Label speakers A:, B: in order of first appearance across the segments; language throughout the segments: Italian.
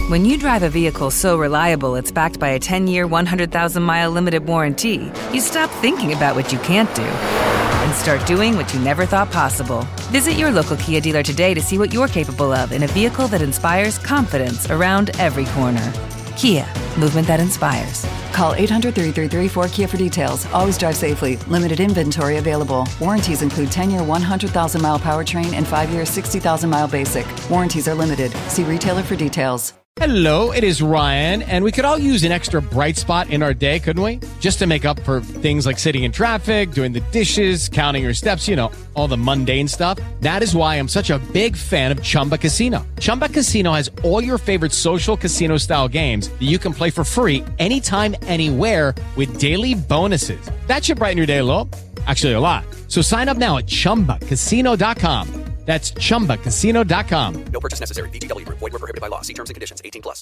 A: When you drive a vehicle so reliable it's backed by a 10-year, 100,000-mile limited warranty, you stop thinking about what you can't do and start doing what you never thought possible. Visit your local Kia dealer today to see what you're capable of in a vehicle that inspires confidence around every corner. Kia, movement that inspires.
B: Call 800-333-4KIA for details. Always drive safely. Limited inventory available. Warranties include 10-year 100,000-mile powertrain and 5-year 60,000-mile basic. Warranties are limited. See retailer for details.
C: Hello, it is Ryan, and we could all use an extra bright spot in our day, couldn't we? Just to make up for things like sitting in traffic, doing the dishes, counting your steps, you know, all the mundane stuff. That is why I'm such a big fan of Chumba Casino. Chumba Casino has all your favorite social casino-style games that you can play for free anytime, anywhere with daily bonuses. That should brighten your day a little. Actually, a lot. So sign up now at ChumbaCasino.com. That's ChumbaCasino.com.
D: No purchase necessary. VGW Group. Void where prohibited by law. See terms and conditions. 18+.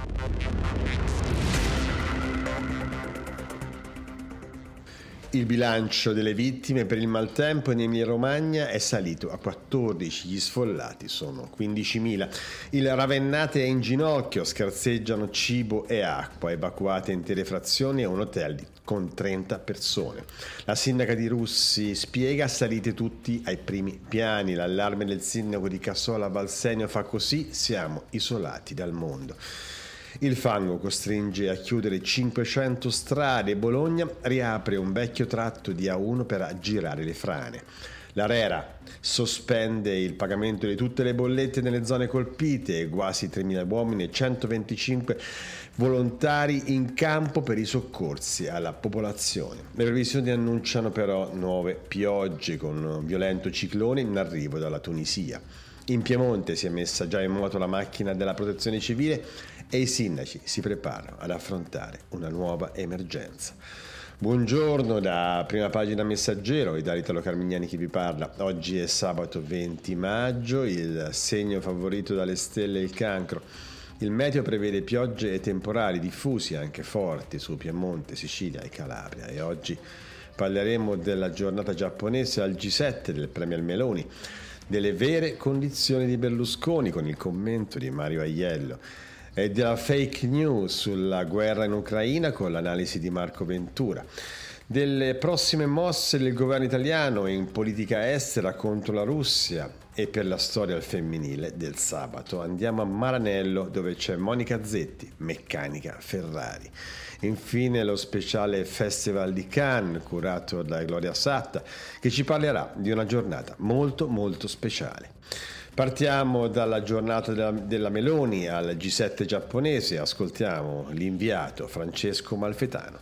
E: Il bilancio delle vittime per il maltempo in Emilia-Romagna è salito a 14, gli sfollati sono 15.000. Il Ravennate è in ginocchio, scarseggiano cibo e acqua, evacuate intere frazioni e un hotel con 30 persone. La sindaca di Russi spiega: salite tutti ai primi piani, l'allarme del sindaco di Cassola Valsenio fa così, siamo isolati dal mondo. Il fango costringe a chiudere 500 strade. Bologna riapre un vecchio tratto di A1 per aggirare le frane. L'ARERA sospende il pagamento di tutte le bollette nelle zone colpite, quasi 3.000 uomini e 125 volontari in campo per i soccorsi alla popolazione. Le previsioni annunciano però nuove piogge con un violento ciclone in arrivo dalla Tunisia. In Piemonte si è messa già in moto la macchina della protezione civile e i sindaci si preparano ad affrontare una nuova emergenza. Buongiorno da Prima Pagina Messaggero, da Italo Carmignani chi vi parla. Oggi è sabato 20 maggio, il segno favorito dalle stelle è il Cancro. Il meteo prevede piogge e temporali diffusi, anche forti, su Piemonte, Sicilia e Calabria. E oggi parleremo della giornata giapponese al G7 del Premier Meloni, delle vere condizioni di Berlusconi con il commento di Mario Aiello e della fake news sulla guerra in Ucraina con l'analisi di Marco Ventura, delle prossime mosse del governo italiano in politica estera contro la Russia e per la storia al femminile del sabato. Andiamo a Maranello dove c'è Monica Zetti, meccanica Ferrari. Infine lo speciale Festival di Cannes curato da Gloria Satta che ci parlerà di una giornata molto molto speciale. Partiamo dalla giornata della Meloni al G7 giapponese, ascoltiamo l'inviato Francesco Malfetano.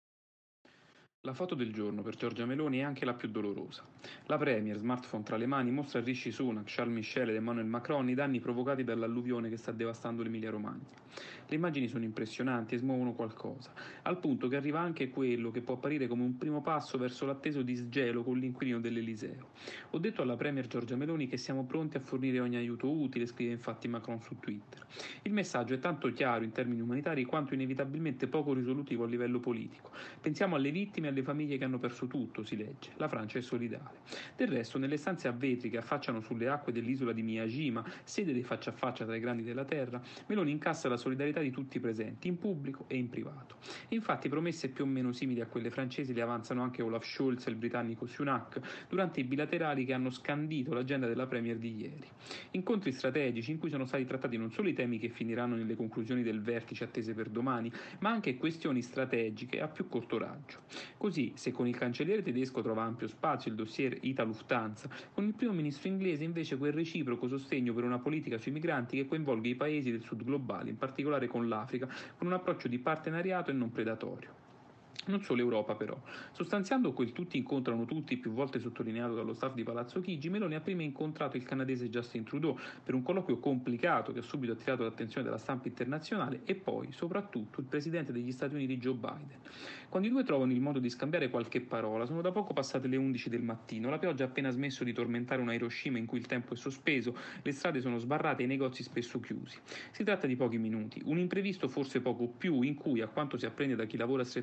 F: La foto del giorno per Giorgia Meloni è anche la più dolorosa. La Premier, smartphone tra le mani, mostra a Rishi Sunak, Charles Michel ed Emmanuel Macron i danni provocati dall'alluvione che sta devastando l'Emilia-Romagna. Le immagini sono impressionanti e smuovono qualcosa, al punto che arriva anche quello che può apparire come un primo passo verso l'atteso disgelo con l'inquilino dell'Eliseo. Ho detto alla Premier Giorgia Meloni che siamo pronti a fornire ogni aiuto utile, scrive infatti Macron su Twitter. Il messaggio è tanto chiaro in termini umanitari quanto inevitabilmente poco risolutivo a livello politico. Pensiamo alle vittime e alle famiglie che hanno perso tutto, si legge. La Francia è solidale. Del resto, nelle stanze a vetri che affacciano sulle acque dell'isola di Miyajima, sede dei faccia a faccia tra i grandi della terra, Meloni incassa la solidarietà di tutti i presenti, in pubblico e in privato. Infatti promesse più o meno simili a quelle francesi le avanzano anche Olaf Scholz e il britannico Sunak durante i bilaterali che hanno scandito l'agenda della Premier di ieri. Incontri strategici in cui sono stati trattati non solo i temi che finiranno nelle conclusioni del vertice attese per domani, ma anche questioni strategiche a più corto raggio. Così, se con il cancelliere tedesco trova ampio spazio il dossier Ita-Lufthansa, con il primo ministro inglese invece quel reciproco sostegno per una politica sui migranti che coinvolga i paesi del sud globale, in particolare con l'Africa, con un approccio di partenariato e non predatorio. Non solo Europa però. Sostanziando quel tutti incontrano tutti, più volte sottolineato dallo staff di Palazzo Chigi, Meloni ha prima incontrato il canadese Justin Trudeau per un colloquio complicato che ha subito attirato l'attenzione della stampa internazionale e poi, soprattutto, il presidente degli Stati Uniti Joe Biden. Quando i due trovano il modo di scambiare qualche parola, sono da poco passate le 11 del mattino, la pioggia ha appena smesso di tormentare una Hiroshima in cui il tempo è sospeso, le strade sono sbarrate e i negozi spesso chiusi. Si tratta di pochi minuti, un imprevisto forse poco più in cui, a quanto si apprende da chi lavora a stretto contatto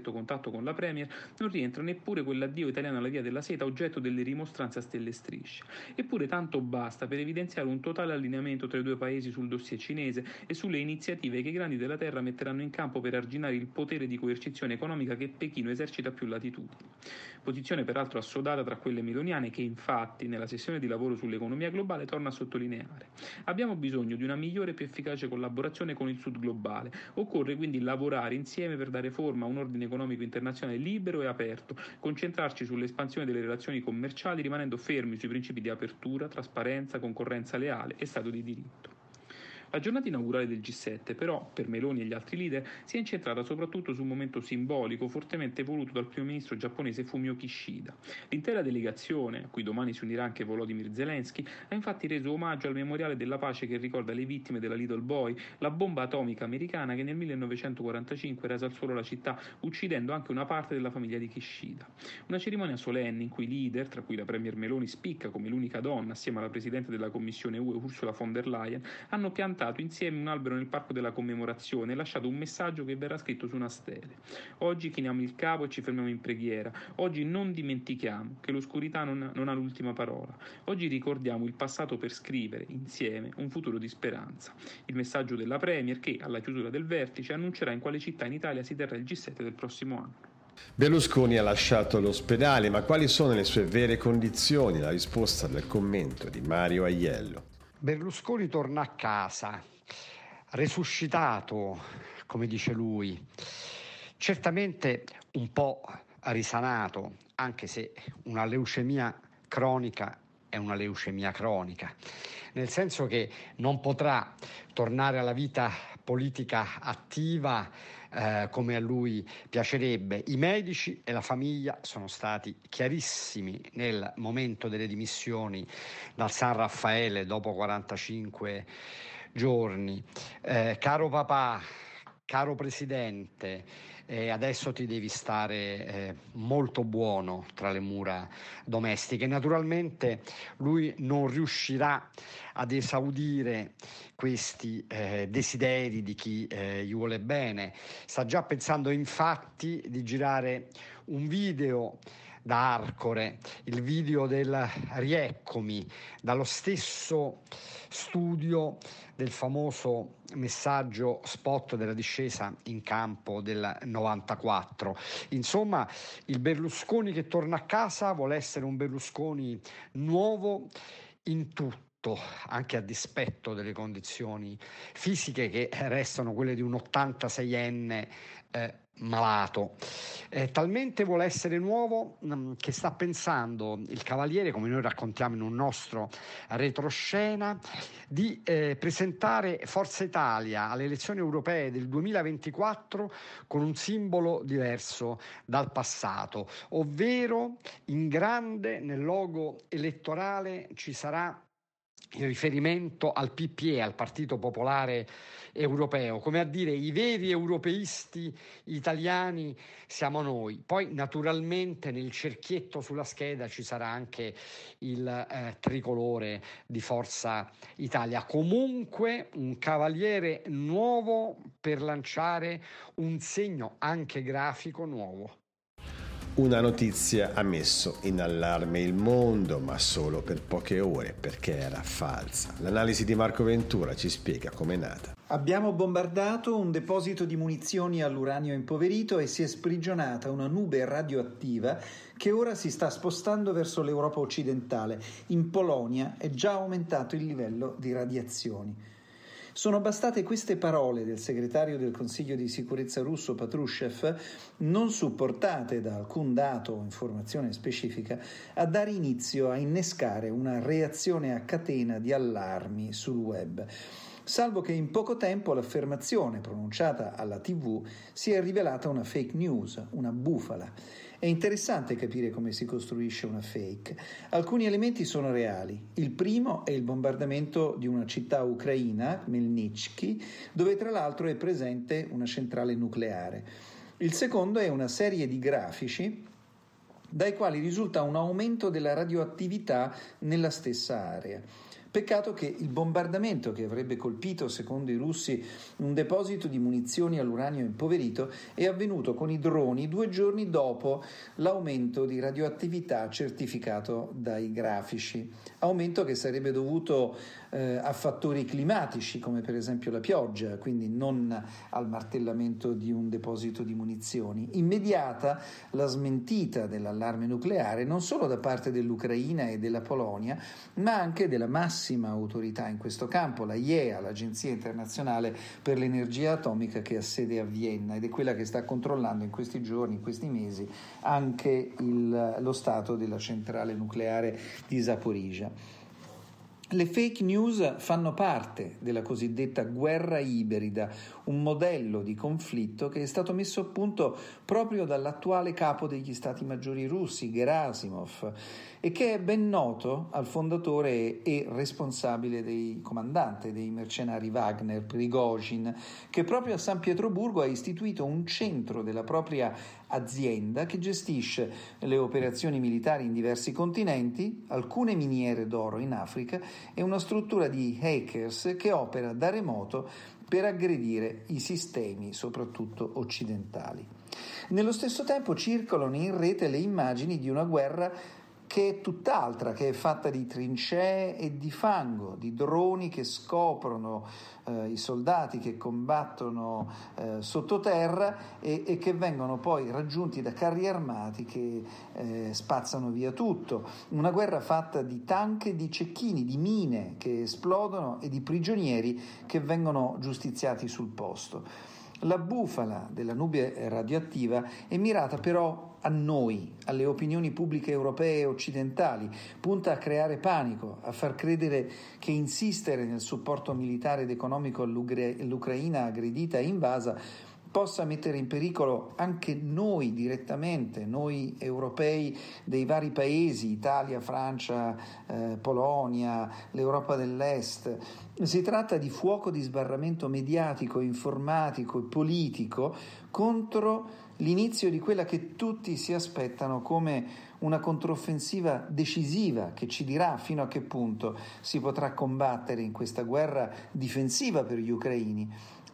F: con la Premier non rientra neppure quell'addio italiano alla via della seta oggetto delle rimostranze a stelle e strisce. Eppure tanto basta per evidenziare un totale allineamento tra i due paesi sul dossier cinese e sulle iniziative che i grandi della terra metteranno in campo per arginare il potere di coercizione economica che Pechino esercita a più latitudini. Posizione peraltro assodata tra quelle meloniane che infatti nella sessione di lavoro sull'economia globale torna a sottolineare. Abbiamo bisogno di una migliore e più efficace collaborazione con il Sud globale. Occorre quindi lavorare insieme per dare forma a un ordine economico internazionale libero e aperto, concentrarci sull'espansione delle relazioni commerciali rimanendo fermi sui principi di apertura, trasparenza, concorrenza leale e Stato di diritto. La giornata inaugurale del G7, però, per Meloni e gli altri leader, si è incentrata soprattutto su un momento simbolico fortemente voluto dal primo ministro giapponese Fumio Kishida. L'intera delegazione, a cui domani si unirà anche Volodymyr Zelensky, ha infatti reso omaggio al memoriale della pace che ricorda le vittime della Little Boy, la bomba atomica americana che nel 1945 rase al suolo la città, uccidendo anche una parte della famiglia di Kishida. Una cerimonia solenne in cui i leader, tra cui la premier Meloni spicca come l'unica donna assieme alla presidente della Commissione UE Ursula von der Leyen, hanno piantato insieme un albero nel parco della commemorazione e lasciato un messaggio che verrà scritto su una stele. Oggi chiniamo il capo e ci fermiamo in preghiera. Oggi non dimentichiamo che l'oscurità non ha l'ultima parola. Oggi ricordiamo il passato per scrivere insieme un futuro di speranza. Il messaggio della Premier che, alla chiusura del vertice, annuncerà in quale città in Italia si terrà il G7 del prossimo anno.
E: Berlusconi ha lasciato l'ospedale, ma quali sono le sue vere condizioni? La risposta del commento di Mario Aiello.
G: Berlusconi torna a casa, resuscitato, come dice lui, certamente un po' risanato, anche se una leucemia cronica è una leucemia cronica, nel senso che non potrà tornare alla vita politica attiva come a lui piacerebbe. I medici e la famiglia sono stati chiarissimi nel momento delle dimissioni dal San Raffaele dopo 45 giorni. Caro papà, caro presidente, adesso ti devi stare molto buono tra le mura domestiche. Naturalmente lui non riuscirà ad esaudire questi desideri di chi gli vuole bene. Sta già pensando infatti di girare un video da Arcore, il video del Rieccomi, dallo stesso studio del famoso messaggio spot della discesa in campo del 94. Insomma, il Berlusconi che torna a casa vuole essere un Berlusconi nuovo in tutto, anche a dispetto delle condizioni fisiche che restano quelle di un 86enne malato. Talmente vuole essere nuovo che sta pensando il Cavaliere, come noi raccontiamo in un nostro retroscena, di presentare Forza Italia alle elezioni europee del 2024 con un simbolo diverso dal passato, ovvero in grande nel logo elettorale ci sarà il riferimento al PPE, al Partito Popolare Europeo, come a dire i veri europeisti italiani siamo noi. Poi naturalmente nel cerchietto sulla scheda ci sarà anche il tricolore di Forza Italia. Comunque un cavaliere nuovo per lanciare un segno anche grafico nuovo.
E: Una notizia ha messo in allarme il mondo, ma solo per poche ore, perché era falsa. L'analisi di Marco Ventura ci spiega com'è nata.
H: Abbiamo bombardato un deposito di munizioni all'uranio impoverito e si è sprigionata una nube radioattiva che ora si sta spostando verso l'Europa occidentale. In Polonia è già aumentato il livello di radiazioni. Sono bastate queste parole del segretario del Consiglio di sicurezza russo Patrushev, non supportate da alcun dato o informazione specifica, a dare inizio a innescare una reazione a catena di allarmi sul web. Salvo che in poco tempo l'affermazione pronunciata alla TV si è rivelata una fake news, una bufala. È interessante capire come si costruisce una fake. Alcuni elementi sono reali. Il primo è il bombardamento di una città ucraina, Melnytsky, dove tra l'altro è presente una centrale nucleare. Il secondo è una serie di grafici dai quali risulta un aumento della radioattività nella stessa area. Peccato che il bombardamento che avrebbe colpito, secondo i russi, un deposito di munizioni all'uranio impoverito è avvenuto con i droni 2 giorni dopo l'aumento di radioattività certificato dai grafici, aumento che sarebbe dovuto a fattori climatici come per esempio la pioggia, quindi non al martellamento di un deposito di munizioni. Immediata la smentita dell'allarme nucleare non solo da parte dell'Ucraina e della Polonia, ma anche della massima autorità in questo campo, la IEA, l'Agenzia Internazionale per l'Energia Atomica, che ha sede a Vienna ed è quella che sta controllando in questi giorni, in questi mesi, anche lo stato della centrale nucleare di Zaporizhzhia. Le fake news fanno parte della cosiddetta guerra ibrida, un modello di conflitto che è stato messo a punto proprio dall'attuale capo degli Stati Maggiori russi, Gerasimov, e che è ben noto al fondatore e responsabile comandante dei mercenari Wagner, Prigozhin, che proprio a San Pietroburgo ha istituito un centro della propria azienda che gestisce le operazioni militari in diversi continenti, alcune miniere d'oro in Africa e una struttura di hackers che opera da remoto per aggredire i sistemi, soprattutto occidentali. Nello stesso tempo circolano in rete le immagini di una guerra che è tutt'altra, che è fatta di trincee e di fango, di droni che scoprono i soldati che combattono sottoterra e che vengono poi raggiunti da carri armati che spazzano via tutto. Una guerra fatta di tank e di cecchini, di mine che esplodono e di prigionieri che vengono giustiziati sul posto. La bufala della nube radioattiva è mirata però a noi, alle opinioni pubbliche europee e occidentali, punta a creare panico, a far credere che insistere nel supporto militare ed economico all'Ucraina aggredita e invasa possa mettere in pericolo anche noi direttamente, noi europei dei vari paesi, Italia, Francia, Polonia, l'Europa dell'Est. Si tratta di fuoco di sbarramento mediatico, informatico e politico contro l'inizio di quella che tutti si aspettano come una controffensiva decisiva che ci dirà fino a che punto si potrà combattere in questa guerra difensiva per gli ucraini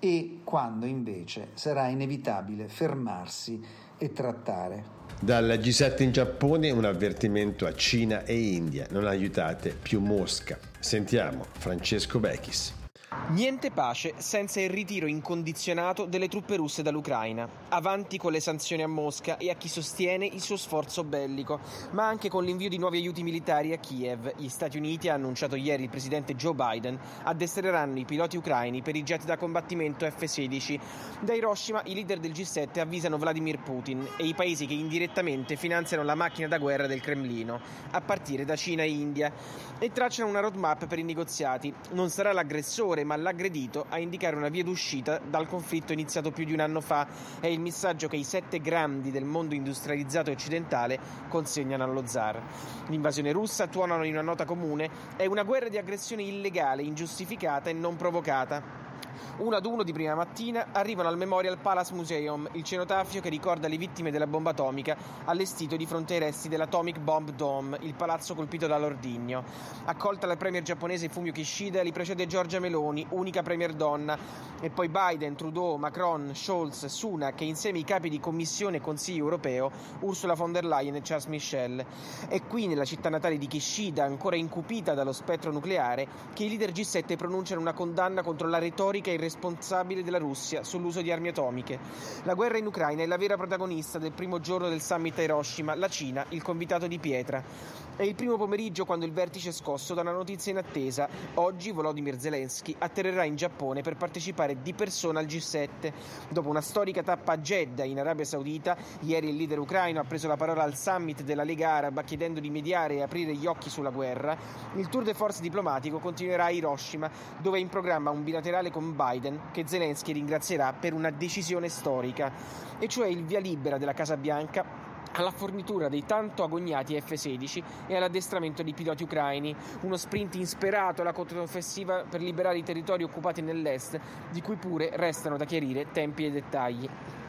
H: e quando invece sarà inevitabile fermarsi e trattare.
E: Dal G7 in Giappone un avvertimento a Cina e India: non aiutate più Mosca. Sentiamo Francesco Bechis.
I: Niente pace senza il ritiro incondizionato delle truppe russe dall'Ucraina. Avanti con le sanzioni a Mosca e a chi sostiene il suo sforzo bellico, ma anche con l'invio di nuovi aiuti militari a Kiev. Gli Stati Uniti, ha annunciato ieri il presidente Joe Biden, addestreranno i piloti ucraini per i jet da combattimento F-16. Da Hiroshima i leader del G7 avvisano Vladimir Putin e i paesi che indirettamente finanziano la macchina da guerra del Cremlino, a partire da Cina e India, e tracciano una roadmap per i negoziati. Non sarà l'aggressore ma l'aggredito a indicare una via d'uscita dal conflitto iniziato più di un anno fa. È il messaggio che i 7 grandi del mondo industrializzato occidentale consegnano allo zar. L'invasione russa, tuonano in una nota comune, è una guerra di aggressione illegale, ingiustificata e non provocata. Uno ad uno di prima mattina arrivano al Memorial Palace Museum, il cenotafio che ricorda le vittime della bomba atomica, allestito di fronte ai resti dell'Atomic Bomb Dome, il palazzo colpito dall'ordigno. Accolta la premier giapponese Fumio Kishida, li precede Giorgia Meloni, unica premier donna, e poi Biden, Trudeau, Macron, Scholz, Sunak e insieme i capi di Commissione e Consiglio europeo Ursula von der Leyen e Charles Michel. È qui, nella città natale di Kishida, ancora incupita dallo spettro nucleare, che i leader G7 pronunciano una condanna contro la retorica irresponsabile della Russia sull'uso di armi atomiche. La guerra in Ucraina è la vera protagonista del primo giorno del summit a Hiroshima, la Cina il convitato di pietra. È il primo pomeriggio quando il vertice è scosso da una notizia inattesa. Oggi Volodymyr Zelensky atterrerà in Giappone per partecipare di persona al G7. Dopo una storica tappa a Jeddah in Arabia Saudita, ieri il leader ucraino ha preso la parola al summit della Lega Araba chiedendo di mediare e aprire gli occhi sulla guerra. Il tour de force diplomatico continuerà a Hiroshima, dove è in programma un bilaterale con Biden che Zelensky ringrazierà per una decisione storica, e cioè il via libera della Casa Bianca alla fornitura dei tanto agognati F-16 e all'addestramento di piloti ucraini, uno sprint insperato alla controffensiva per liberare i territori occupati nell'est, di cui pure restano da chiarire tempi e dettagli.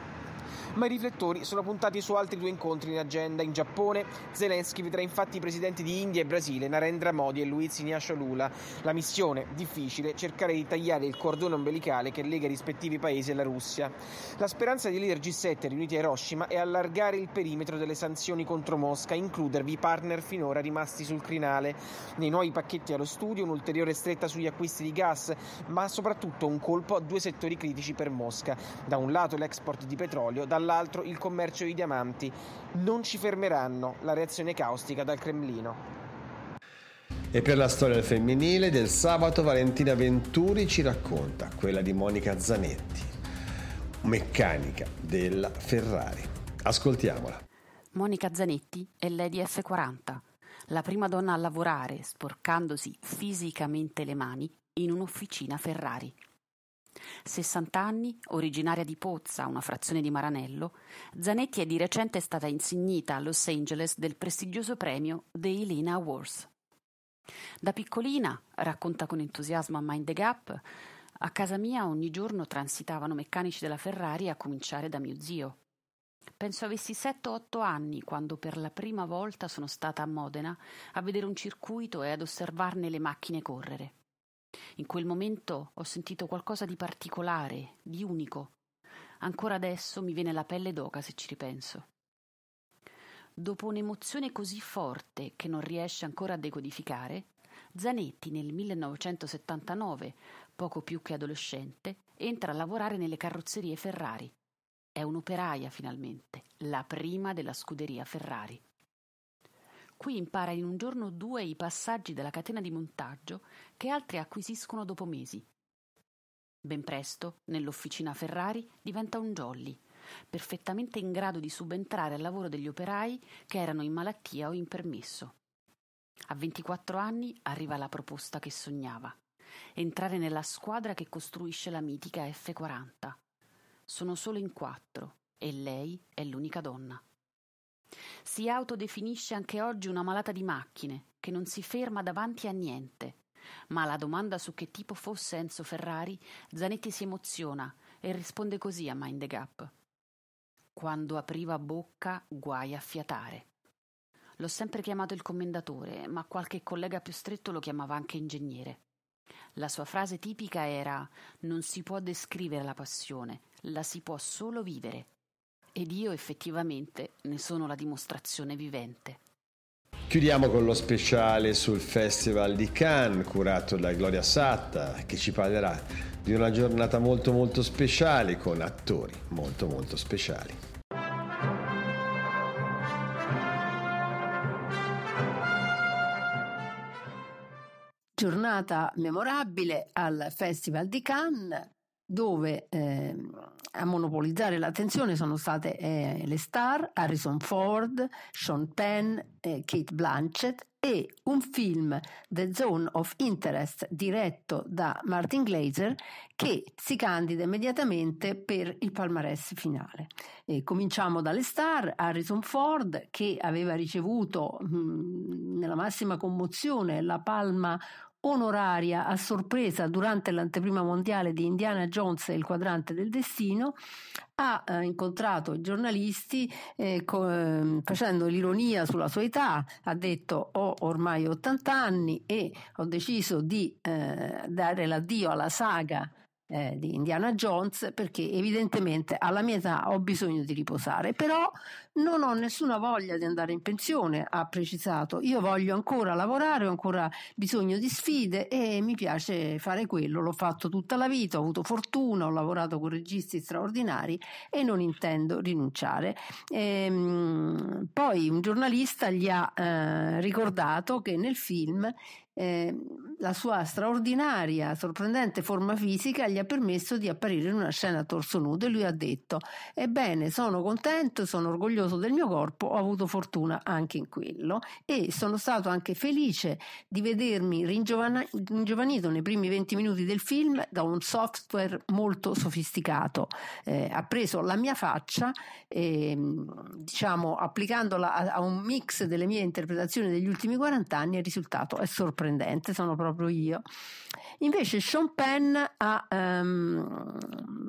I: ma i riflettori sono puntati su altri 2 incontri in agenda. In Giappone, Zelensky vedrà infatti i presidenti di India e Brasile, Narendra Modi e Luiz Inácio Lula. La missione, difficile, cercare di tagliare il cordone ombelicale che lega i rispettivi paesi alla Russia. La speranza dei leader G7 riuniti a Hiroshima è allargare il perimetro delle sanzioni contro Mosca, includervi i partner finora rimasti sul crinale. Nei nuovi pacchetti allo studio un'ulteriore stretta sugli acquisti di gas, ma soprattutto un colpo a 2 settori critici per Mosca. Da un lato l'export di petrolio, dall'altro il commercio di diamanti. Non ci fermeranno, la reazione caustica dal Cremlino.
E: E per la storia del femminile del sabato Valentina Venturi ci racconta quella di Monica Zanetti, meccanica della Ferrari. Ascoltiamola.
J: Monica Zanetti è Lady F40, la prima donna a lavorare, sporcandosi fisicamente le mani, in un'officina Ferrari. 60 anni, originaria di Pozza, una frazione di Maranello, Zanetti è di recente stata insignita a Los Angeles del prestigioso premio The Elena Awards. Da piccolina, racconta con entusiasmo a Mind the Gap, a casa mia ogni giorno transitavano meccanici della Ferrari, a cominciare da mio zio. Penso avessi 7-8 anni quando per la prima volta sono stata a Modena a vedere un circuito e ad osservarne le macchine correre. In quel momento ho sentito qualcosa di particolare, di unico. Ancora adesso mi viene la pelle d'oca se ci ripenso. Dopo un'emozione così forte che non riesce ancora a decodificare, Zanetti nel 1979, poco più che adolescente, entra a lavorare nelle carrozzerie Ferrari. È un'operaia finalmente, la prima della scuderia Ferrari. Qui impara in un giorno o 2 i passaggi della catena di montaggio che altri acquisiscono dopo mesi. Ben presto, nell'officina Ferrari, diventa un jolly, perfettamente in grado di subentrare al lavoro degli operai che erano in malattia o in permesso. A 24 anni arriva la proposta che sognava: entrare nella squadra che costruisce la mitica F40. Sono solo in 4 e lei è l'unica donna. Si autodefinisce anche oggi una malata di macchine che non si ferma davanti a niente, ma alla domanda su che tipo fosse Enzo Ferrari, Zanetti si emoziona e risponde così a Mind the Gap: quando apriva bocca, guai a fiatare. L'ho sempre chiamato il commendatore, ma qualche collega più stretto lo chiamava anche ingegnere. La sua frase tipica era: non si può descrivere la passione, la si può solo vivere. Ed io effettivamente ne sono la dimostrazione vivente.
E: Chiudiamo con lo speciale sul Festival di Cannes, curato da Gloria Satta, che ci parlerà di una giornata molto molto speciale con attori molto molto speciali.
K: Giornata memorabile al Festival di Cannes, dove a monopolizzare l'attenzione sono state le star Harrison Ford, Sean Penn, Cate Blanchett e un film, The Zone of Interest, diretto da Martin Glaser, che si candida immediatamente per il palmarès finale. Cominciamo dalle star. Harrison Ford, che aveva ricevuto nella massima commozione la palma onoraria a sorpresa durante l'anteprima mondiale di Indiana Jones e il quadrante del destino, ha incontrato i giornalisti facendo l'ironia sulla sua età. Ha detto: ho ormai 80 anni e ho deciso di dare l'addio alla saga di Indiana Jones perché evidentemente alla mia età ho bisogno di riposare, però non ho nessuna voglia di andare in pensione, ha precisato. Io voglio ancora lavorare, ho ancora bisogno di sfide e mi piace fare quello, l'ho fatto tutta la vita, ho avuto fortuna, ho lavorato con registi straordinari e non intendo rinunciare. Poi un giornalista gli ha ricordato che nel film la sua straordinaria, sorprendente forma fisica gli ha permesso di apparire in una scena a torso nudo e lui ha detto: ebbene, sono contento, sono orgoglioso del mio corpo, ho avuto fortuna anche in quello e sono stato anche felice di vedermi ringiovanito nei primi 20 minuti del film da un software molto sofisticato. Ha preso la mia faccia diciamo applicandola a un mix delle mie interpretazioni degli ultimi 40 anni e il risultato è sorprendente, sono proprio io. Invece Sean Penn ha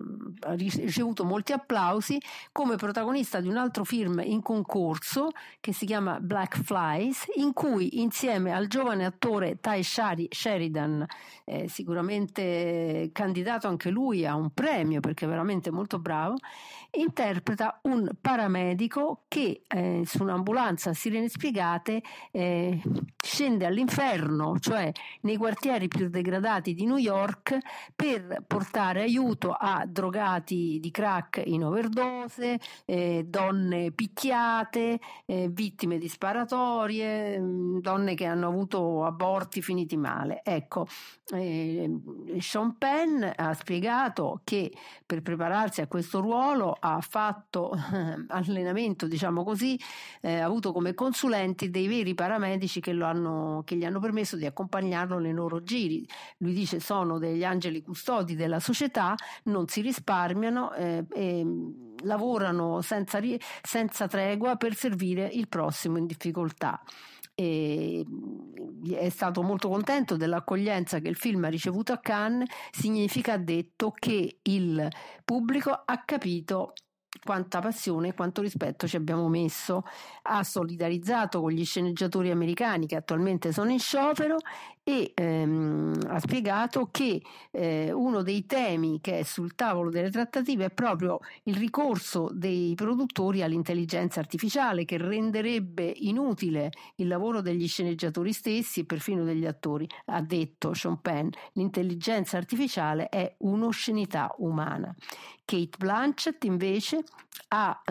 K: ha ricevuto molti applausi come protagonista di un altro film in concorso che si chiama Black Flies, in cui insieme al giovane attore Ty Sheridan, sicuramente candidato anche lui a un premio perché è veramente molto bravo, interpreta un paramedico che su un'ambulanza a sirene spiegate scende all'inferno, cioè nei quartieri più degradati di New York, per portare aiuto a drogati di crack in overdose, donne picchiate, vittime di sparatorie, donne che hanno avuto aborti finiti male. Ecco, Sean Penn ha spiegato che per prepararsi a questo ruolo ha fatto allenamento, diciamo così, ha avuto come consulenti dei veri paramedici che gli hanno permesso di accompagnarlo nei loro giri. Lui dice: sono degli angeli custodi della società, non si risparmiano e lavorano senza tregua per servire il prossimo in difficoltà. E è stato molto contento dell'accoglienza che il film ha ricevuto a Cannes. Significa, ha detto, che il pubblico ha capito quanta passione e quanto rispetto ci abbiamo messo. Ha solidarizzato con gli sceneggiatori americani che attualmente sono in sciopero e ha spiegato che uno dei temi che è sul tavolo delle trattative è proprio il ricorso dei produttori all'intelligenza artificiale, che renderebbe inutile il lavoro degli sceneggiatori stessi e perfino degli attori. Ha detto Sean Penn: l'intelligenza artificiale è un'oscenità umana. Kate Blanchett invece ha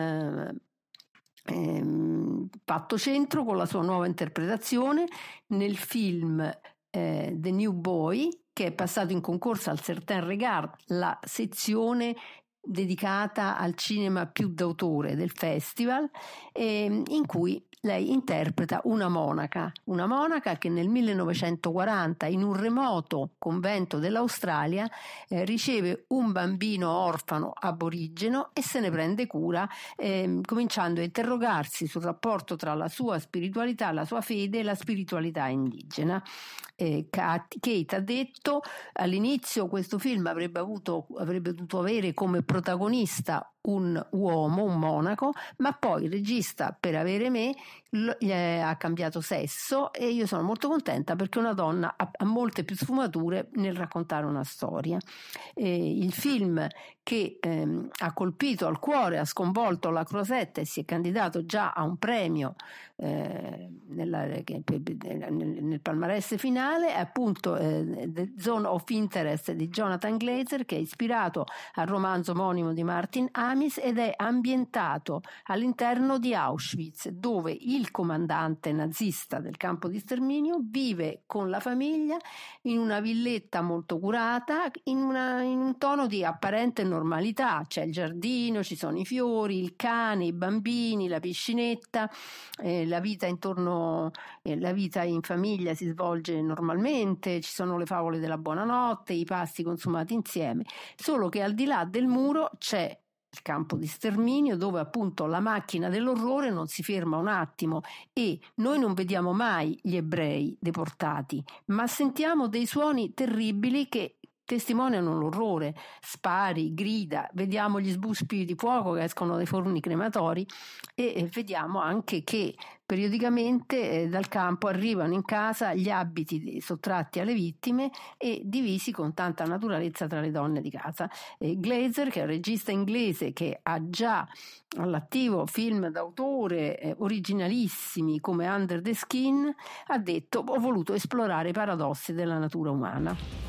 K: fatto centro con la sua nuova interpretazione nel film The New Boy, che è passato in concorso al Certain Regard, la sezione dedicata al cinema più d'autore del festival, in cui lei interpreta una monaca che nel 1940 in un remoto convento dell'Australia riceve un bambino orfano aborigeno e se ne prende cura, cominciando a interrogarsi sul rapporto tra la sua spiritualità, la sua fede e la spiritualità indigena. Kate ha detto: all'inizio questo film avrebbe dovuto avere come protagonista un uomo, un monaco, ma poi il regista, per avere me, ha cambiato sesso e io sono molto contenta perché una donna ha molte più sfumature nel raccontare una storia. Il film che ha colpito al cuore, ha sconvolto la Crosette e si è candidato già a un premio nel palmarès finale, è appunto The Zone of Interest di Jonathan Glazer, che è ispirato al romanzo omonimo di Martin Amis ed è ambientato all'interno di Auschwitz, dove il comandante nazista del campo di sterminio vive con la famiglia in una villetta molto curata, in un tono di apparente normalità. C'è il giardino, ci sono i fiori, il cane, i bambini, la piscinetta, la vita in famiglia si svolge normalmente, ci sono le favole della buonanotte, i pasti consumati insieme, solo che al di là del muro c'è il campo di sterminio, dove appunto la macchina dell'orrore non si ferma un attimo e noi non vediamo mai gli ebrei deportati, ma sentiamo dei suoni terribili che testimoniano l'orrore, spari, grida, vediamo gli sbuschi di fuoco che escono dai forni crematori e vediamo anche che periodicamente dal campo arrivano in casa gli abiti sottratti alle vittime e divisi con tanta naturalezza tra le donne di casa. Glazer, che è un regista inglese che ha già all'attivo film d'autore originalissimi come Under the Skin, ha detto: ho voluto esplorare i paradossi della natura umana.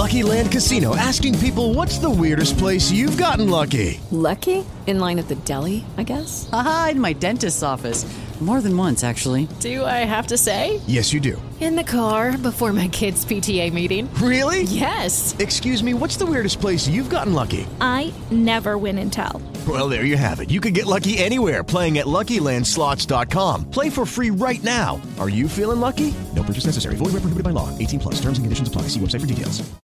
L: Lucky Land Casino, asking people, what's the weirdest place you've gotten lucky?
M: Lucky? In line at the deli, I guess?
N: Aha, in my dentist's office. More than once, actually.
M: Do I have to say?
L: Yes, you do.
M: In the car before my kids' PTA meeting.
L: Really?
M: Yes.
L: Excuse me, what's the weirdest place you've gotten lucky?
O: I never win and tell.
L: Well, there you have it. You can get lucky anywhere, playing at LuckyLandSlots.com. Play for free right now. Are you feeling lucky? No purchase necessary. Void where prohibited by law. 18+. Terms and conditions apply. See website for details.